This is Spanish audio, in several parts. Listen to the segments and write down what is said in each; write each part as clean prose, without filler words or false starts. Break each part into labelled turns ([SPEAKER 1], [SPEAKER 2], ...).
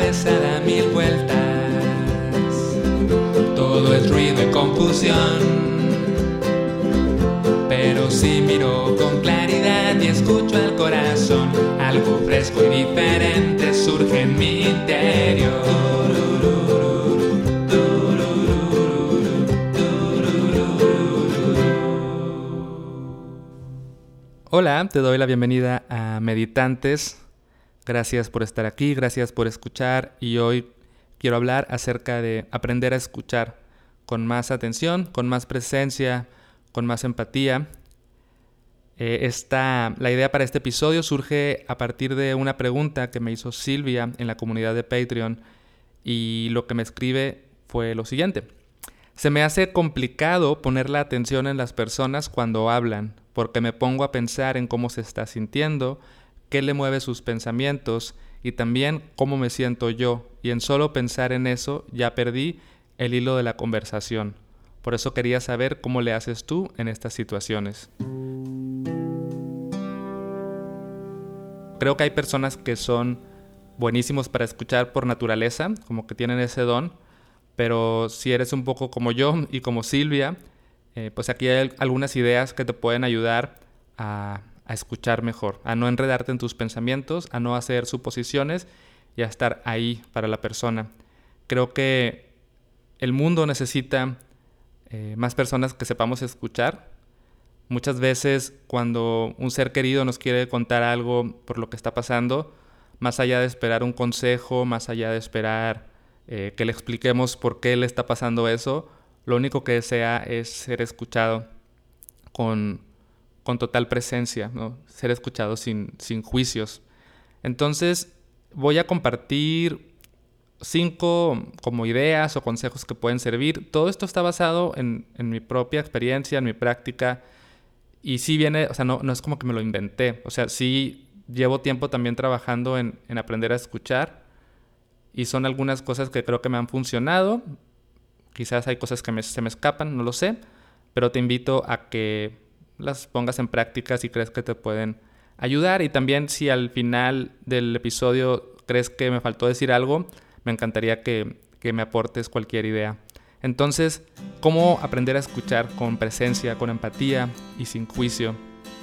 [SPEAKER 1] cabeza da mil vueltas. Todo es ruido y confusión. Pero si miro con claridad y escucho al corazón, algo fresco y diferente surge en mi interior. Hola, te doy la bienvenida a Meditantes. Gracias por estar aquí, gracias por escuchar, y hoy quiero hablar acerca de aprender a escuchar con más atención, con más presencia, con más empatía. La idea para este episodio surge a partir de una pregunta que me hizo Silvia en la comunidad de Patreon, y lo que me escribe fue lo siguiente: se me hace complicado poner la atención en las personas cuando hablan, porque me pongo a pensar en cómo se está sintiendo, qué le mueve sus pensamientos y también cómo me siento yo, y en solo pensar en eso ya perdí el hilo de la conversación. Por eso quería saber cómo le haces tú en estas situaciones. Creo que hay personas que son buenísimos para escuchar por naturaleza, como que tienen ese don, pero si eres un poco como yo y como Silvia, pues aquí hay algunas ideas que te pueden ayudar a escuchar mejor, a no enredarte en tus pensamientos, a no hacer suposiciones y a estar ahí para la persona. Creo que el mundo necesita más personas que sepamos escuchar. Muchas veces cuando un ser querido nos quiere contar algo por lo que está pasando, más allá de esperar un consejo, más allá de esperar que le expliquemos por qué le está pasando eso, lo único que desea es ser escuchado con total presencia, ¿no? Ser escuchado sin juicios. Entonces voy a compartir 5 como ideas o consejos que pueden servir. Todo esto está basado en mi propia experiencia, en mi práctica, y sí viene, o sea, no es como que me lo inventé. O sea, sí llevo tiempo también trabajando en aprender a escuchar, y son algunas cosas que creo que me han funcionado. Quizás hay cosas que se me escapan, no lo sé, pero te invito a que las pongas en práctica si crees que te pueden ayudar. Y también, si al final del episodio crees que me faltó decir algo, me encantaría que me aportes cualquier idea. Entonces, ¿cómo aprender a escuchar con presencia, con empatía y sin juicio?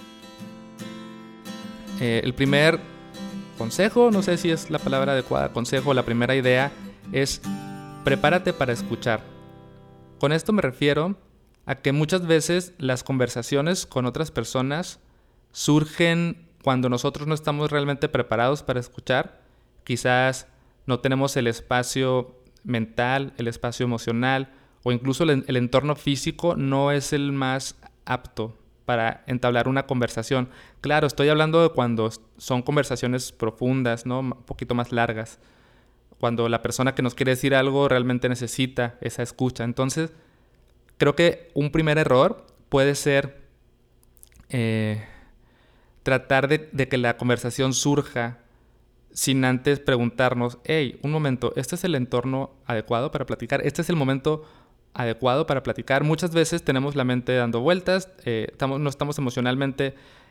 [SPEAKER 1] El primer consejo, no sé si es la palabra adecuada, consejo, la primera idea es: prepárate para escuchar. Con esto me refiero a que muchas veces las conversaciones con otras personas surgen cuando nosotros no estamos realmente preparados para escuchar. Quizás no tenemos el espacio mental, el espacio emocional, o incluso el entorno físico no es el más apto para entablar una conversación. Claro, estoy hablando de cuando son conversaciones profundas, ¿no? Un poquito más largas, cuando la persona que nos quiere decir algo realmente necesita esa escucha. Entonces, creo que un primer error puede ser tratar de que la conversación surja sin antes preguntarnos: hey, un momento, ¿este es el entorno adecuado para platicar? ¿Este es el momento adecuado para platicar? Muchas veces tenemos la mente dando vueltas, no estamos emocionalmente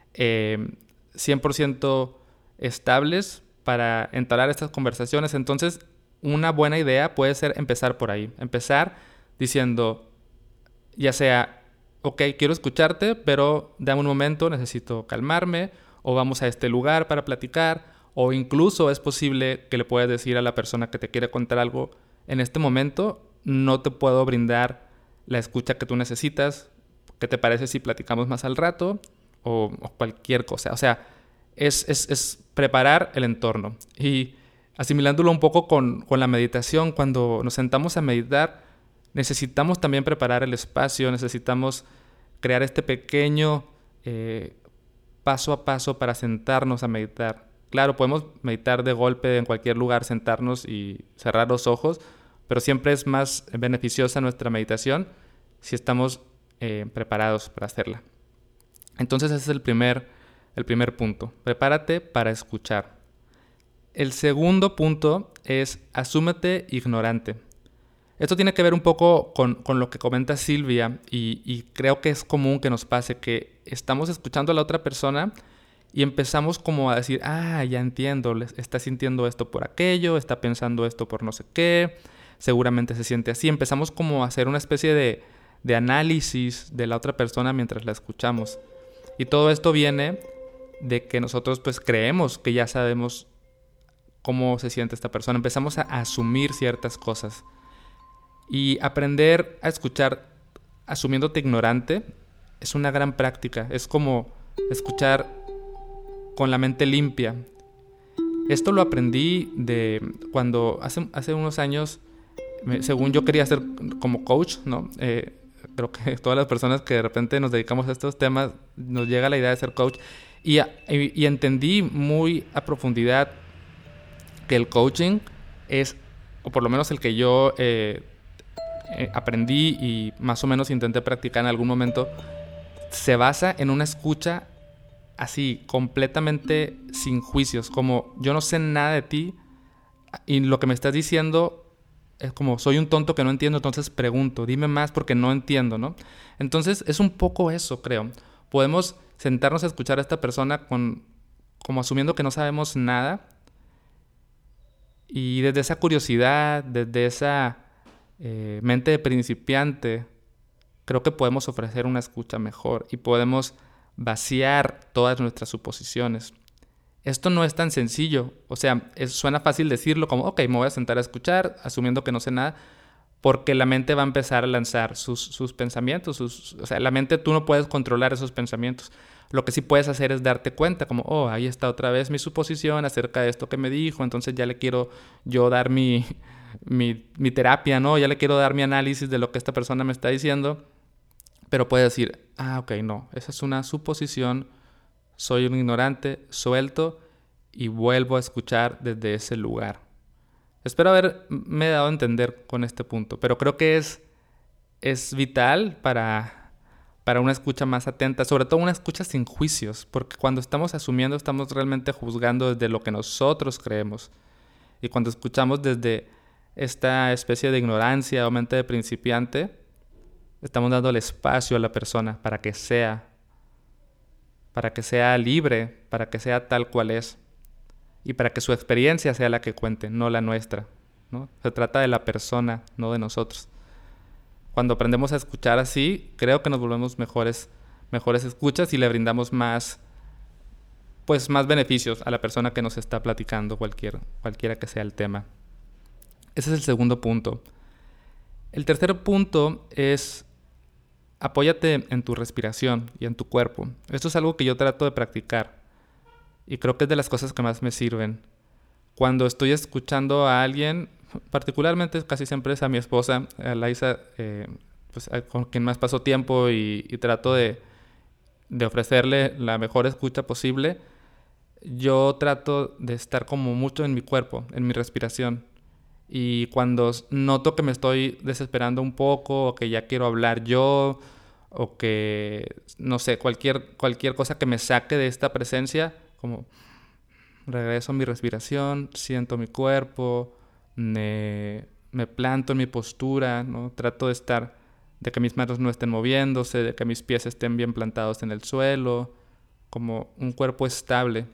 [SPEAKER 1] 100% estables para entablar estas conversaciones. Entonces, una buena idea puede ser empezar por ahí. Empezar diciendo, ya sea: ok, quiero escucharte, pero dame un momento, necesito calmarme, o vamos a este lugar para platicar. O incluso es posible que le puedas decir a la persona que te quiere contar algo: en este momento no te puedo brindar la escucha que tú necesitas. ¿Qué te parece si platicamos más al rato? O cualquier cosa. O sea, es preparar el entorno. Y asimilándolo un poco con la meditación, cuando nos sentamos a meditar, necesitamos también preparar el espacio, necesitamos crear este pequeño paso a paso para sentarnos a meditar. Claro, podemos meditar de golpe en cualquier lugar, sentarnos y cerrar los ojos, pero siempre es más beneficiosa nuestra meditación si estamos preparados para hacerla. Entonces ese es el primer punto. Prepárate para escuchar. El segundo punto es: asúmete ignorante. Esto tiene que ver un poco con lo que comenta Silvia, y creo que es común que nos pase que estamos escuchando a la otra persona Y empezamos como a decir, ya entiendo, está sintiendo esto por aquello, está pensando esto por no sé qué, seguramente se siente así. Empezamos como a hacer una especie de análisis de la otra persona mientras la escuchamos. Y todo esto viene de que nosotros pues creemos que ya sabemos cómo se siente esta persona. Empezamos a asumir ciertas cosas. Y aprender a escuchar asumiéndote ignorante es una gran práctica. Es como escuchar con la mente limpia. Esto lo aprendí de cuando hace unos años, según yo quería ser como coach, ¿no? Creo que todas las personas que de repente nos dedicamos a estos temas nos llega la idea de ser coach. Y entendí muy a profundidad que el coaching es, o por lo menos el que yo aprendí y más o menos intenté practicar en algún momento, se basa en una escucha así, completamente sin juicios, como yo no sé nada de ti y lo que me estás diciendo es como soy un tonto que no entiendo, entonces pregunto, dime más porque no entiendo, ¿no? Entonces es un poco eso, creo. Podemos sentarnos a escuchar a esta persona como asumiendo que no sabemos nada, y desde esa curiosidad, desde esa mente de principiante, creo que podemos ofrecer una escucha mejor y podemos vaciar todas nuestras suposiciones. Esto no es tan sencillo, o sea, suena fácil decirlo como, ok, me voy a sentar a escuchar, asumiendo que no sé nada, porque la mente va a empezar a lanzar sus pensamientos, o sea, la mente tú no puedes controlar esos pensamientos. Lo que sí puedes hacer es darte cuenta, como, ahí está otra vez mi suposición acerca de esto que me dijo, entonces ya le quiero yo dar mi terapia, ¿no? Ya le quiero dar mi análisis de lo que esta persona me está diciendo. Pero puedes decir, ok, no, esa es una suposición, soy un ignorante, suelto y vuelvo a escuchar desde ese lugar. Espero haberme dado a entender con este punto, pero creo que es vital para una escucha más atenta, sobre todo una escucha sin juicios, porque cuando estamos asumiendo estamos realmente juzgando desde lo que nosotros creemos. Y cuando escuchamos desde esta especie de ignorancia o mente de principiante, estamos dando el espacio a la persona para que sea libre, para que sea tal cual es y para que su experiencia sea la que cuente, no la nuestra, ¿no? Se trata de la persona, no de nosotros. Cuando aprendemos a escuchar así, creo que nos volvemos mejores escuchas y le brindamos más beneficios a la persona que nos está platicando, cualquiera que sea el tema. Ese es el segundo punto. El tercer punto es apóyate en tu respiración y en tu cuerpo. Esto es algo que yo trato de practicar y creo que es de las cosas que más me sirven. Cuando estoy escuchando a alguien, particularmente casi siempre es a mi esposa, a Laisa, con quien más paso tiempo y trato de ofrecerle la mejor escucha posible, yo trato de estar como mucho en mi cuerpo, en mi respiración. Y cuando noto que me estoy desesperando un poco o que ya quiero hablar yo o que, no sé, cualquier cosa que me saque de esta presencia, como regreso a mi respiración, siento mi cuerpo, me planto en mi postura, ¿no? Trato de que mis manos no estén moviéndose, de que mis pies estén bien plantados en el suelo, como un cuerpo estable.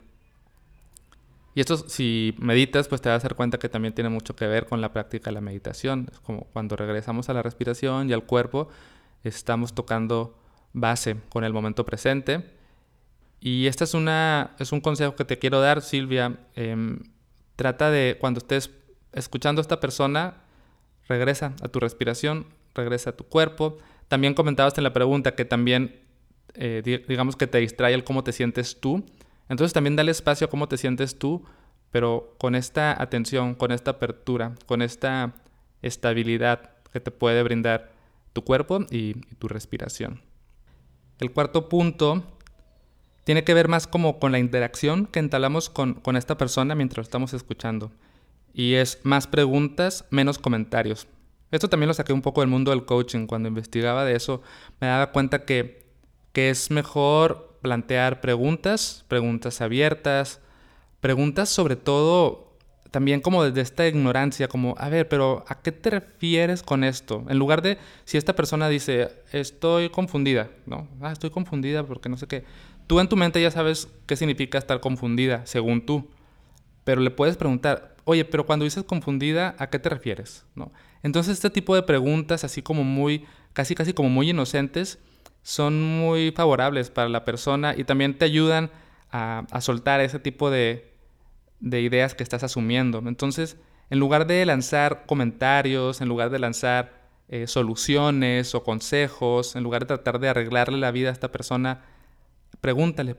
[SPEAKER 1] Y esto, si meditas, pues te vas a dar cuenta que también tiene mucho que ver con la práctica de la meditación. Es como cuando regresamos a la respiración y al cuerpo, estamos tocando base con el momento presente. Y este es un consejo que te quiero dar, Silvia. Trata de, cuando estés escuchando a esta persona, regresa a tu respiración, regresa a tu cuerpo. También comentabas en la pregunta que también, digamos que te distrae el cómo te sientes tú. Entonces también dale espacio a cómo te sientes tú, pero con esta atención, con esta apertura, con esta estabilidad que te puede brindar tu cuerpo y tu respiración. El cuarto punto tiene que ver más como con la interacción que entablamos con esta persona mientras estamos escuchando. Y es más preguntas, menos comentarios. Esto también lo saqué un poco del mundo del coaching. Cuando investigaba de eso, me daba cuenta que es mejor plantear preguntas abiertas, preguntas sobre todo también como desde esta ignorancia, como, a ver, pero ¿a qué te refieres con esto? En lugar de, si esta persona dice, estoy confundida, ¿no? Estoy confundida porque no sé qué. tú en tu mente ya sabes qué significa estar confundida, según tú. Pero le puedes preguntar, oye, pero cuando dices confundida, ¿a qué te refieres? ¿No? Entonces este tipo de preguntas, así como casi como muy inocentes, son muy favorables para la persona y también te ayudan a soltar ese tipo de ideas que estás asumiendo. Entonces, en lugar de lanzar comentarios, en lugar de lanzar soluciones o consejos, en lugar de tratar de arreglarle la vida a esta persona, pregúntale.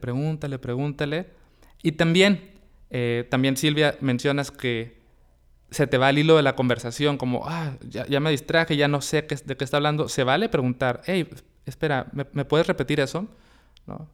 [SPEAKER 1] Y también Silvia, mencionas que se te va el hilo de la conversación, como, ya me distraje, ya no sé de qué está hablando. Se vale preguntar, hey, espera, ¿me puedes repetir eso? ¿No?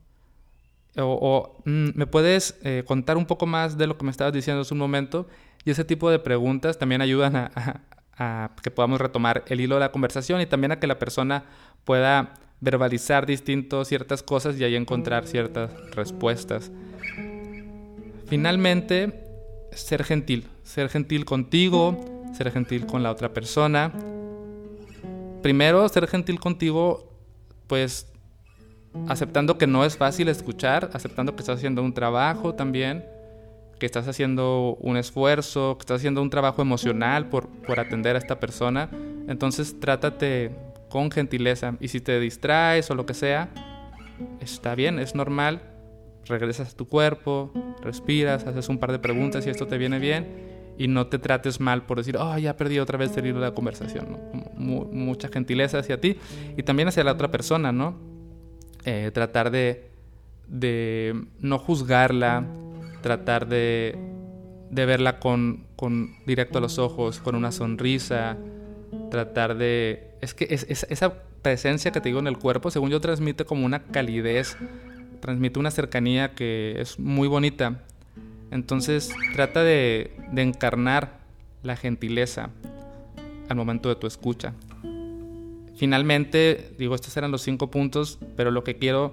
[SPEAKER 1] ¿Me puedes contar un poco más de lo que me estabas diciendo hace un momento? Y ese tipo de preguntas también ayudan a que podamos retomar el hilo de la conversación y también a que la persona pueda verbalizar ciertas cosas y ahí encontrar ciertas respuestas. Finalmente, ser gentil contigo, ser gentil con la otra persona. Primero, ser gentil contigo, pues aceptando que no es fácil escuchar, aceptando que estás haciendo un trabajo también, que estás haciendo un esfuerzo, que estás haciendo un trabajo emocional por atender a esta persona. Entonces trátate con gentileza, y si te distraes o lo que sea, está bien, es normal. Regresas a tu cuerpo, respiras, haces un par de preguntas si esto te viene bien, y no te trates mal por decir, ya perdí otra vez el hilo de la conversación, ¿no? Mucha gentileza hacia ti y también hacia la otra persona, ¿no? Tratar de no juzgarla, tratar de verla con directo a los ojos, con una sonrisa, tratar de... Es que esa presencia que te digo en el cuerpo, según yo, transmite como una calidez, transmite una cercanía que es muy bonita. Entonces trata de encarnar la gentileza al momento de tu escucha. Finalmente, estos eran los 5 puntos, pero lo que quiero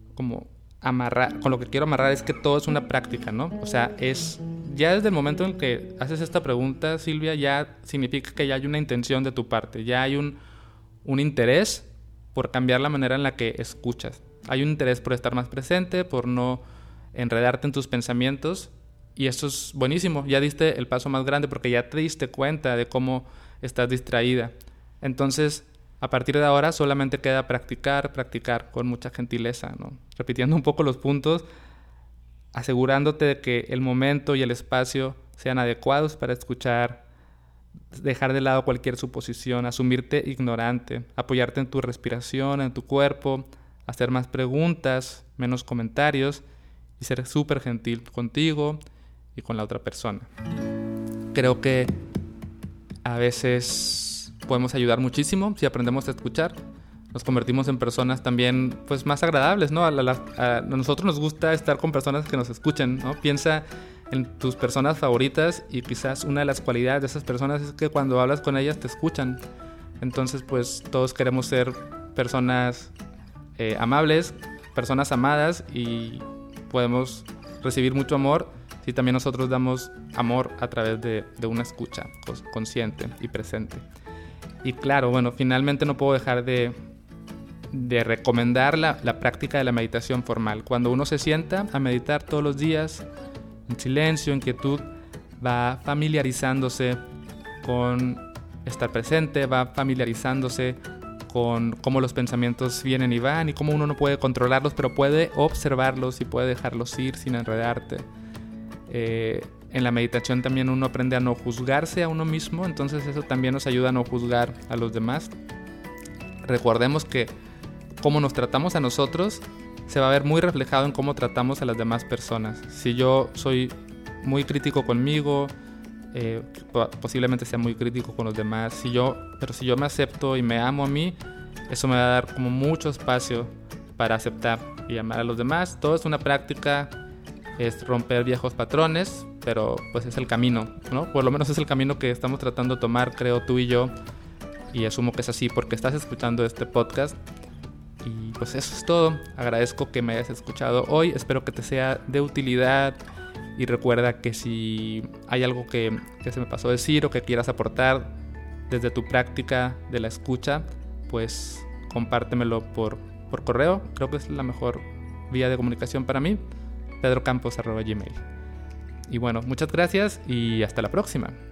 [SPEAKER 1] amarrar es que todo es una práctica, ¿no? O sea, ya desde el momento en que haces esta pregunta, Silvia, ya significa que ya hay una intención de tu parte, ya hay un interés por cambiar la manera en la que escuchas. Hay un interés por estar más presente, por no enredarte en tus pensamientos, y esto es buenísimo. Ya diste el paso más grande porque ya te diste cuenta de cómo estás distraída. Entonces, a partir de ahora solamente queda practicar con mucha gentileza, ¿no? Repitiendo un poco los puntos, asegurándote de que el momento y el espacio sean adecuados para escuchar, dejar de lado cualquier suposición, asumirte ignorante, apoyarte en tu respiración, en tu cuerpo, hacer más preguntas, menos comentarios y ser súper gentil contigo y con la otra persona. Creo que a veces podemos ayudar muchísimo si aprendemos a escuchar. Nos convertimos en personas también pues más agradables, ¿no? A nosotros nos gusta estar con personas que nos escuchen, ¿no? Piensa en tus personas favoritas y quizás una de las cualidades de esas personas es que cuando hablas con ellas te escuchan. Entonces pues todos queremos ser personas amables, personas amadas, y podemos recibir mucho amor si también nosotros damos amor a través de una escucha consciente y presente. Y claro, finalmente no puedo dejar de recomendar la práctica de la meditación formal. Cuando uno se sienta a meditar todos los días, en silencio, en quietud, va familiarizándose con estar presente, va familiarizándose con cómo los pensamientos vienen y van y cómo uno no puede controlarlos, pero puede observarlos y puede dejarlos ir sin enredarte. En la meditación también uno aprende a no juzgarse a uno mismo, entonces eso también nos ayuda a no juzgar a los demás. Recordemos que cómo nos tratamos a nosotros se va a ver muy reflejado en cómo tratamos a las demás personas. Si yo soy muy crítico conmigo, posiblemente sea muy crítico con los demás. Pero si yo me acepto y me amo a mí, eso me va a dar como mucho espacio para aceptar y amar a los demás. Todo es una práctica, es romper viejos patrones, pero pues es el camino, ¿no? Por lo menos es el camino que estamos tratando de tomar, creo, tú y yo, y asumo que es así porque estás escuchando este podcast. Y pues eso es todo. Agradezco que me hayas escuchado hoy, espero que te sea de utilidad, y recuerda que si hay algo que se me pasó a decir o que quieras aportar desde tu práctica de la escucha, pues compártemelo por correo. Creo que es la mejor vía de comunicación para mí, pedrocampos@gmail.com. Y bueno, muchas gracias y hasta la próxima.